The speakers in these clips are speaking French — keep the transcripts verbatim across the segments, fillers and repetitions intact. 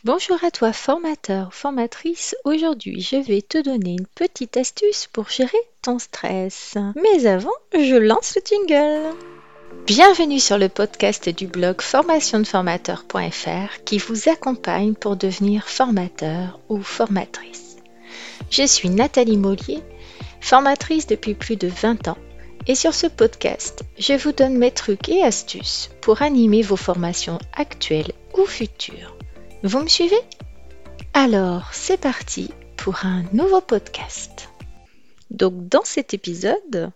Bonjour à toi formateur ou formatrice, aujourd'hui je vais te donner une petite astuce pour gérer ton stress. Mais avant, je lance le jingle. Bienvenue sur le podcast du blog formation de formateur point f r qui vous accompagne pour devenir formateur ou formatrice. Je suis Nathalie Mollier, formatrice depuis plus de vingt ans et sur ce podcast, je vous donne mes trucs et astuces pour animer vos formations actuelles ou futures. Vous me suivez? Alors, c'est parti pour un nouveau podcast. Donc, dans cet épisode,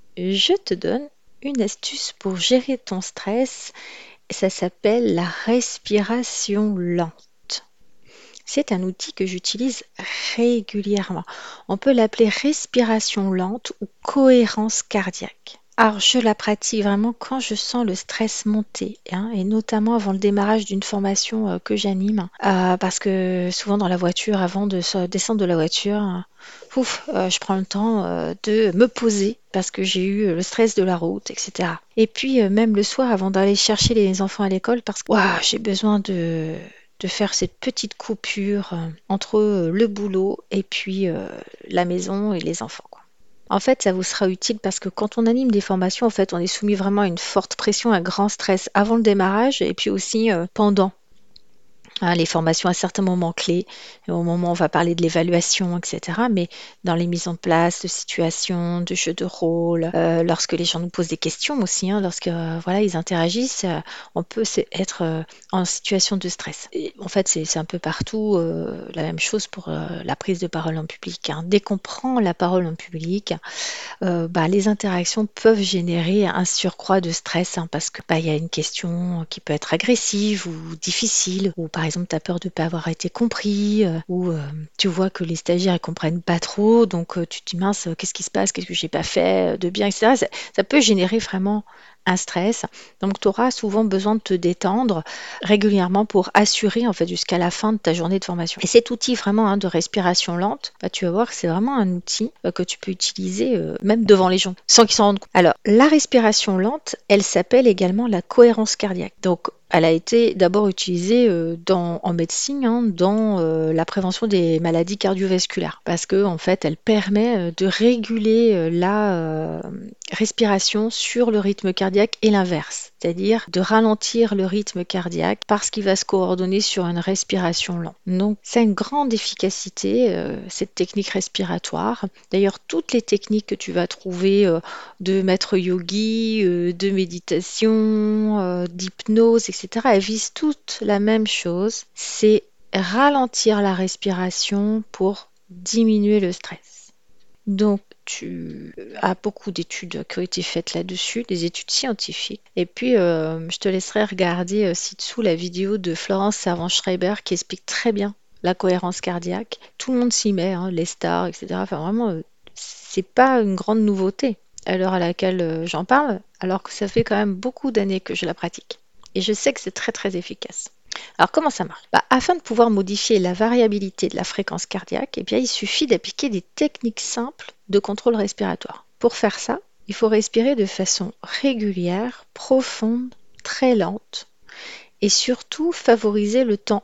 je te donne une astuce pour gérer ton stress. Ça s'appelle la respiration lente. C'est un outil que j'utilise régulièrement. On peut l'appeler respiration lente ou cohérence cardiaque. Alors, je la pratique vraiment quand je sens le stress monter, hein, et notamment avant le démarrage d'une formation euh, que j'anime, euh, parce que souvent dans la voiture, avant de se- descendre de la voiture, euh, ouf, euh, je prends le temps euh, de me poser parce que j'ai eu le stress de la route, et cetera. Et puis euh, même le soir, avant d'aller chercher les enfants à l'école, parce que ouah, j'ai besoin de de faire cette petite coupure euh, entre euh, le boulot et puis euh, la maison et les enfants, quoi. En fait, ça vous sera utile parce que quand on anime des formations, en fait, on est soumis vraiment à une forte pression, un grand stress avant le démarrage et puis aussi euh, pendant. Hein, les formations à certains moments clés, au moment où on va parler de l'évaluation, et cetera. Mais dans les mises en place de situations, de jeux de rôle, euh, lorsque les gens nous posent des questions aussi, hein, lorsque euh, voilà, ils interagissent, euh, on peut se- être euh, en situation de stress. Et en fait, c'est c'est un peu partout euh, la même chose pour euh, la prise de parole en public, hein. Dès qu'on prend la parole en public, euh, bah, les interactions peuvent générer un surcroît de stress, hein, parce que bah, il y a une question qui peut être agressive ou difficile, ou par exemple tu as peur de ne pas avoir été compris, euh, ou euh, tu vois que les stagiaires ne comprennent pas trop, donc euh, tu te dis mince, euh, qu'est-ce qui se passe, qu'est-ce que j'ai pas fait euh, de bien, et cetera. Ça, ça peut générer vraiment un stress. Donc tu auras souvent besoin de te détendre régulièrement pour assurer en fait jusqu'à la fin de ta journée de formation. Et cet outil vraiment, hein, de respiration lente, bah, tu vas voir que c'est vraiment un outil euh, que tu peux utiliser euh, même devant les gens sans qu'ils s'en rendent compte. Alors la respiration lente, elle s'appelle également la cohérence cardiaque. Donc elle a été d'abord utilisée euh, dans, en médecine, hein, dans euh, la prévention des maladies cardiovasculaires, parce que en fait, elle permet euh, de réguler euh, la euh, respiration sur le rythme cardiaque et l'inverse, c'est-à-dire de ralentir le rythme cardiaque parce qu'il va se coordonner sur une respiration lente. Donc, c'est une grande efficacité, euh, cette technique respiratoire. D'ailleurs, toutes les techniques que tu vas trouver euh, de maître yogi, euh, de méditation, euh, d'hypnose, et cetera, elles visent toutes la même chose, c'est ralentir la respiration pour diminuer le stress. Donc, tu as beaucoup d'études qui ont été faites là-dessus, des études scientifiques. Et puis, euh, je te laisserai regarder euh, ci-dessous la vidéo de Florence Servan-Schreiber qui explique très bien la cohérence cardiaque. Tout le monde s'y met, hein, les stars, et cetera. Enfin, vraiment, euh, c'est pas une grande nouveauté à l'heure à laquelle euh, j'en parle, alors que ça fait quand même beaucoup d'années que je la pratique. Et je sais que c'est très très efficace. Alors comment ça marche? Bah, afin de pouvoir modifier la variabilité de la fréquence cardiaque, eh bien, il suffit d'appliquer des techniques simples de contrôle respiratoire. Pour faire ça, il faut respirer de façon régulière, profonde, très lente et surtout favoriser le temps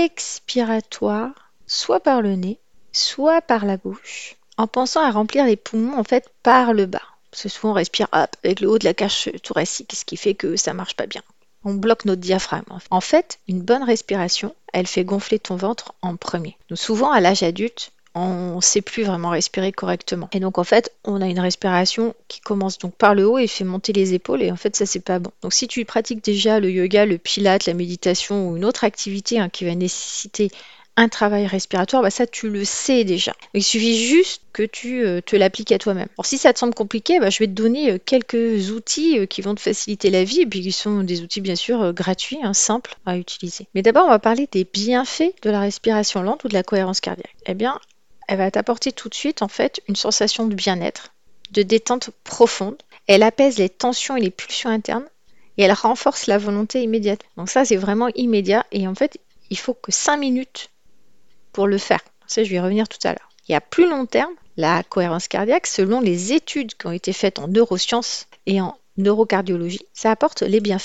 expiratoire, soit par le nez, soit par la bouche, en pensant à remplir les poumons en fait par le bas. Parce que souvent on respire hop, avec le haut de la cage thoracique, ce qui fait que ça marche pas bien. On bloque notre diaphragme. En fait, une bonne respiration, elle fait gonfler ton ventre en premier. Donc souvent, à l'âge adulte, on ne sait plus vraiment respirer correctement. Et donc en fait, on a une respiration qui commence donc par le haut et fait monter les épaules, et en fait ça c'est pas bon. Donc si tu pratiques déjà le yoga, le pilate, la méditation ou une autre activité, hein, qui va nécessiter un travail respiratoire, bah ça tu le sais déjà. Il suffit juste que tu euh, te l'appliques à toi-même. Alors si ça te semble compliqué, bah, je vais te donner euh, quelques outils euh, qui vont te faciliter la vie et puis qui sont des outils bien sûr euh, gratuits, hein, simples à utiliser. Mais d'abord on va parler des bienfaits de la respiration lente ou de la cohérence cardiaque. Eh bien, elle va t'apporter tout de suite en fait une sensation de bien-être, de détente profonde. Elle apaise les tensions et les pulsions internes et elle renforce la volonté immédiate. Donc ça c'est vraiment immédiat et en fait il faut que cinq minutes pour le faire. Ça, je vais y revenir tout à l'heure. Et à plus long terme, la cohérence cardiaque, selon les études qui ont été faites en neurosciences et en neurocardiologie, ça apporte les bienfaits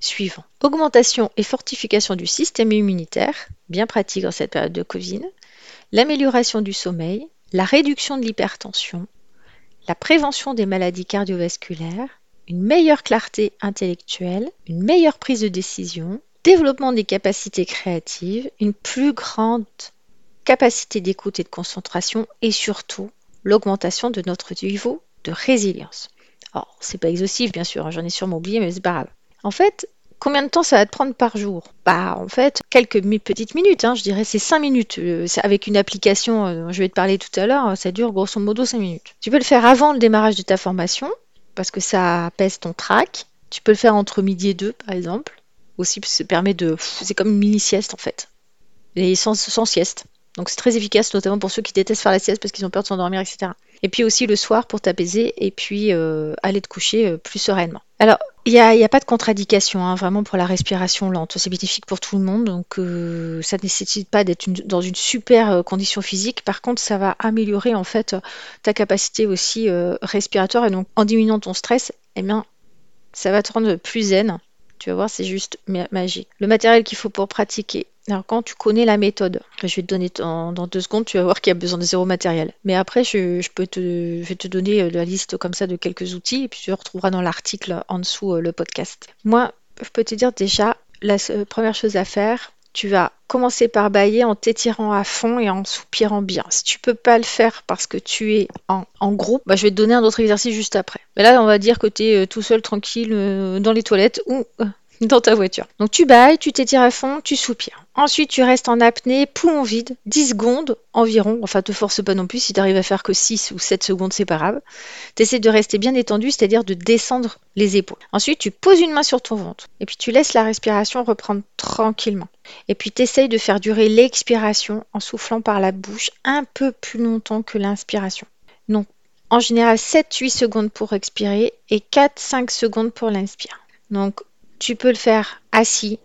suivants. Augmentation et fortification du système immunitaire, bien pratique en cette période de Covid, l'amélioration du sommeil, la réduction de l'hypertension, la prévention des maladies cardiovasculaires, une meilleure clarté intellectuelle, une meilleure prise de décision, développement des capacités créatives, une plus grande capacité d'écoute et de concentration et surtout l'augmentation de notre niveau de résilience. Alors, c'est pas exhaustif bien sûr, hein, j'en ai sûrement oublié, mais c'est pas grave. En fait, combien de temps ça va te prendre par jour? Bah en fait, quelques mi- petites minutes, hein, je dirais c'est cinq minutes. Euh, c'est avec une application, euh, dont je vais te parler tout à l'heure, ça dure grosso modo cinq minutes. Tu peux le faire avant le démarrage de ta formation, parce que ça pèse ton track. Tu peux le faire entre midi et deux, par exemple. Aussi, parce que ça permet de... pff, C'est comme une mini-sieste, en fait. Et sans, sans sieste. Donc c'est très efficace, notamment pour ceux qui détestent faire la sieste parce qu'ils ont peur de s'endormir, et cetera. Et puis aussi le soir pour t'apaiser et puis euh, aller te coucher euh, plus sereinement. Alors, il n'y a, il y a pas de contre-indication, hein, vraiment pour la respiration lente. C'est bénéfique pour tout le monde, donc euh, ça ne nécessite pas d'être une- dans une super euh, condition physique. Par contre, ça va améliorer en fait euh, ta capacité aussi euh, respiratoire. Et donc, en diminuant ton stress, eh bien, ça va te rendre plus zen. Tu vas voir, c'est juste ma- magique. Le matériel qu'il faut pour pratiquer. Alors, quand tu connais la méthode, je vais te donner dans, dans deux secondes, tu vas voir qu'il y a besoin de zéro matériel. Mais après, je, je peux te, je vais te donner euh, la liste comme ça de quelques outils et puis tu retrouveras dans l'article en dessous euh, le podcast. Moi, je peux te dire déjà, la se- première chose à faire, tu vas commencer par bailler en t'étirant à fond et en soupirant bien. Si tu peux pas le faire parce que tu es en, en groupe, bah, je vais te donner un autre exercice juste après. Mais là, on va dire que tu es tout seul, tranquille, euh, dans les toilettes ou euh, dans ta voiture. Donc tu bailles, tu t'étires à fond, tu soupires. Ensuite, tu restes en apnée, poumon vide, dix secondes environ. Enfin, te force pas non plus. Si tu arrives à faire que six ou sept secondes, c'est pas grave. Tu essaies de rester bien détendu, c'est-à-dire de descendre les épaules. Ensuite, tu poses une main sur ton ventre. Et puis, tu laisses la respiration reprendre tranquillement. Et puis, tu essayes de faire durer l'expiration en soufflant par la bouche un peu plus longtemps que l'inspiration. Donc, en général, sept à huit secondes pour expirer et quatre à cinq secondes pour l'inspirer. Donc, tu peux le faire assis,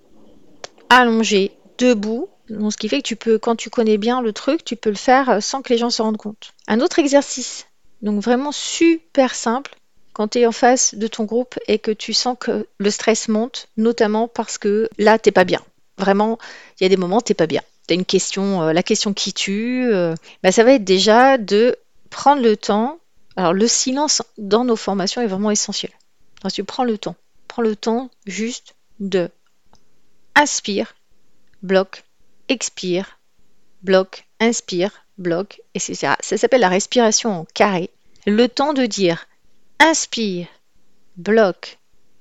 allongé, debout. Donc, ce qui fait que tu peux, quand tu connais bien le truc, tu peux le faire sans que les gens se rendent compte. Un autre exercice, donc vraiment super simple, quand tu es en face de ton groupe et que tu sens que le stress monte, notamment parce que là, t'es pas bien. Vraiment, il y a des moments, t'es pas bien. Tu as une question, euh, la question qui tue, euh, bah, ça va être déjà de prendre le temps. Alors, le silence dans nos formations est vraiment essentiel. Donc, tu prends le temps. Prends le temps juste de inspire, bloc, expire, bloc, inspire, bloc, et cetera. Ça s'appelle la respiration en carré. Le temps de dire inspire, bloc,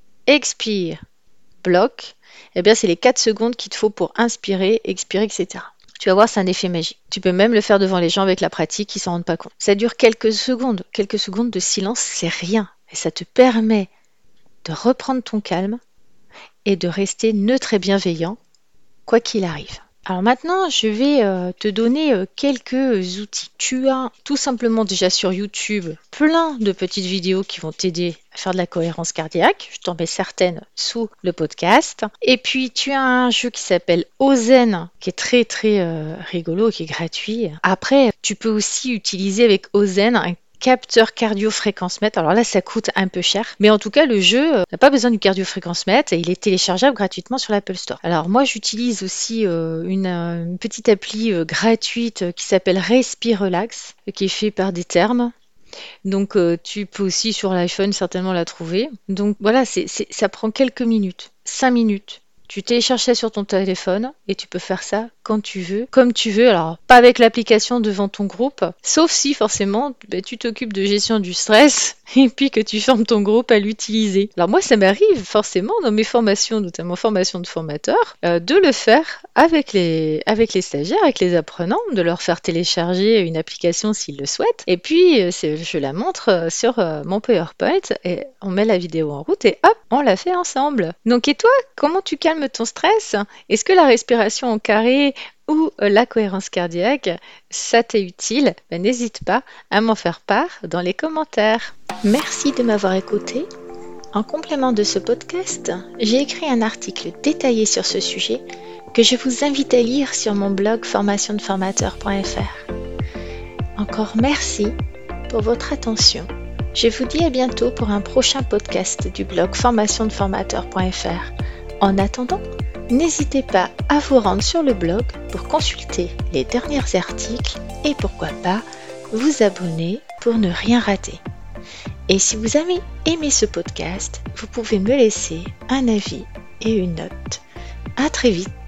expire, bloc, eh bien c'est les quatre secondes qu'il te faut pour inspirer, expirer, et cetera. Tu vas voir, c'est un effet magique. Tu peux même le faire devant les gens avec la pratique, ils s'en rendent pas compte. Ça dure quelques secondes. Quelques secondes de silence, c'est rien. Et ça te permet de reprendre ton calme et de rester neutre et bienveillant, quoi qu'il arrive. Alors maintenant, je vais euh, te donner euh, quelques outils. Tu as tout simplement déjà sur YouTube plein de petites vidéos qui vont t'aider à faire de la cohérence cardiaque. Je t'en mets certaines sous le podcast. Et puis tu as un jeu qui s'appelle Ozen, qui est très très euh, rigolo, qui est gratuit. Après, tu peux aussi utiliser avec Ozen un capteur cardio-fréquence-mètre. Alors là, ça coûte un peu cher. Mais en tout cas, le jeu euh, n'a pas besoin du cardio-fréquence-mètre et il est téléchargeable gratuitement sur l'Apple Store. Alors moi, j'utilise aussi euh, une, euh, une petite appli euh, gratuite euh, qui s'appelle Respire Relax, euh, qui est fait par des termes. Donc euh, tu peux aussi sur l'iPhone certainement la trouver. Donc voilà, c'est, c'est- ça prend quelques minutes, cinq minutes. Tu télécharges ça sur ton téléphone et tu peux faire ça quand tu veux, comme tu veux. Alors, pas avec l'application devant ton groupe, sauf si forcément ben, tu t'occupes de gestion du stress et puis que tu formes ton groupe à l'utiliser. Alors moi, ça m'arrive forcément dans mes formations, notamment formation de formateurs, euh, de le faire avec les, avec les stagiaires, avec les apprenants, de leur faire télécharger une application s'ils le souhaitent. Et puis, euh, c'est- je la montre euh, sur euh, mon PowerPoint et on met la vidéo en route et hop, on la fait ensemble. Donc, et toi, comment tu calmes ton stress? Est-ce que la respiration en carré ou euh, la cohérence cardiaque, ça t'est utile? Ben, n'hésite pas à m'en faire part dans les commentaires. Merci de m'avoir écouté. En complément de ce podcast, j'ai écrit un article détaillé sur ce sujet que je vous invite à lire sur mon blog formation de formateur point f r. Encore merci pour votre attention. Je vous dis à bientôt pour un prochain podcast du blog formation de formateur point f r. En attendant, n'hésitez pas à vous rendre sur le blog pour consulter les derniers articles et pourquoi pas vous abonner pour ne rien rater. Et si vous avez aimé ce podcast, vous pouvez me laisser un avis et une note. À très vite.